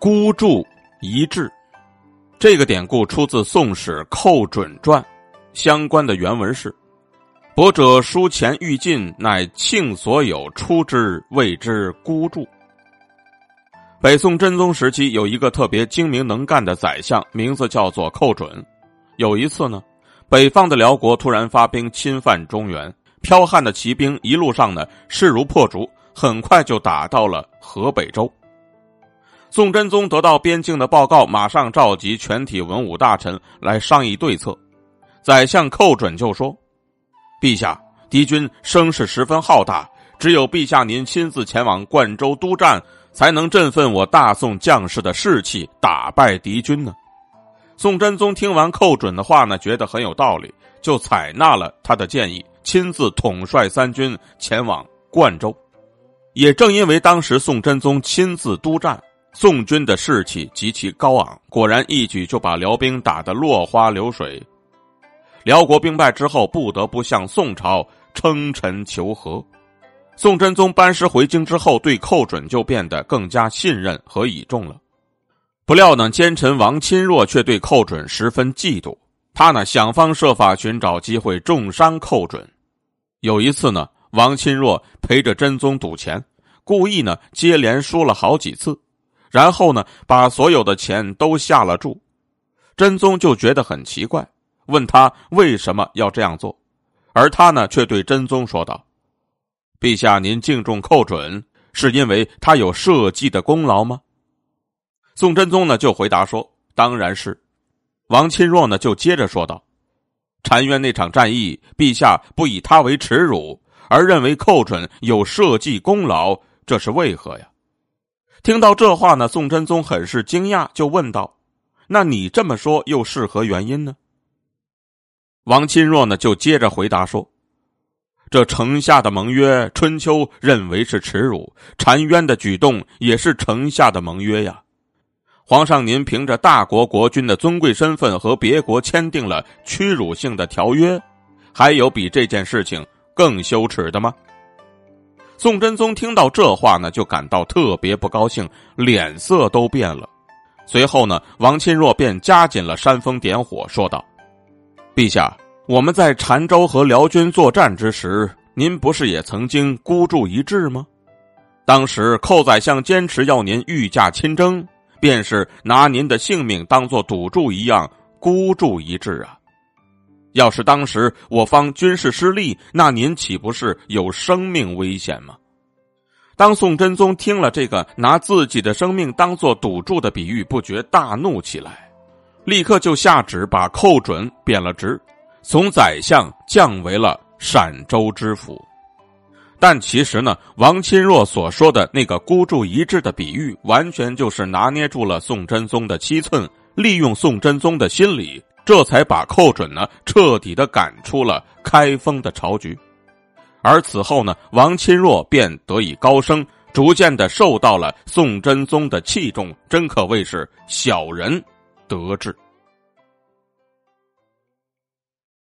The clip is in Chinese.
孤注一掷。这个典故出自《宋史·寇准传》，相关的原文是：博者书钱欲尽，乃庆所有出之，谓之孤注。北宋真宗时期有一个特别精明能干的宰相，名字叫做寇准。有一次呢，北方的辽国突然发兵侵犯中原，剽悍的骑兵一路上呢势如破竹，很快就打到了河北州。宋真宗得到边境的报告，马上召集全体文武大臣来商议对策。宰相寇准就说：陛下，敌军声势十分浩大，只有陛下您亲自前往灌州督战，才能振奋我大宋将士的士气，打败敌军呢。宋真宗听完寇准的话呢，觉得很有道理，就采纳了他的建议，亲自统帅三军前往灌州。也正因为当时宋真宗亲自督战，宋军的士气极其高昂，果然一举就把辽兵打得落花流水。辽国兵败之后，不得不向宋朝称臣求和。宋真宗班师回京之后，对寇准就变得更加信任和倚重了。不料呢，奸臣王钦若却对寇准十分嫉妒，他呢想方设法寻找机会重伤寇准。有一次呢，王钦若陪着真宗赌钱，故意呢接连输了好几次，然后呢把所有的钱都下了注。真宗就觉得很奇怪，问他为什么要这样做，而他呢却对真宗说道：陛下您敬重寇准，是因为他有社稷的功劳吗？宋真宗呢就回答说：当然是。王钦若呢就接着说道：澶渊那场战役，陛下不以他为耻辱，而认为寇准有社稷功劳，这是为何呀？听到这话呢，宋真宗很是惊讶，就问道：那你这么说又是何原因呢？王钦若呢就接着回答说：这城下的盟约，春秋认为是耻辱，澶渊的举动也是城下的盟约呀。皇上您凭着大国国君的尊贵身份和别国签订了屈辱性的条约，还有比这件事情更羞耻的吗？宋真宗听到这话呢，就感到特别不高兴，脸色都变了。随后呢，王钦若便加紧了煽风点火，说道：陛下，我们在澶州和辽军作战之时，您不是也曾经孤注一掷吗？当时寇宰相坚持要您御驾亲征，便是拿您的性命当作赌注一样，孤注一掷啊。要是当时我方军事失利，那您岂不是有生命危险吗？当宋真宗听了这个拿自己的生命当作赌注的比喻，不觉大怒起来，立刻就下旨把寇准贬了职，从宰相降为了陕州知府。但其实呢，王钦若所说的那个孤注一掷的比喻，完全就是拿捏住了宋真宗的七寸，利用宋真宗的心理，这才把寇准呢彻底的赶出了开封的朝局。而此后呢，王钦若便得以高升，逐渐的受到了宋真宗的器重，真可谓是小人得志。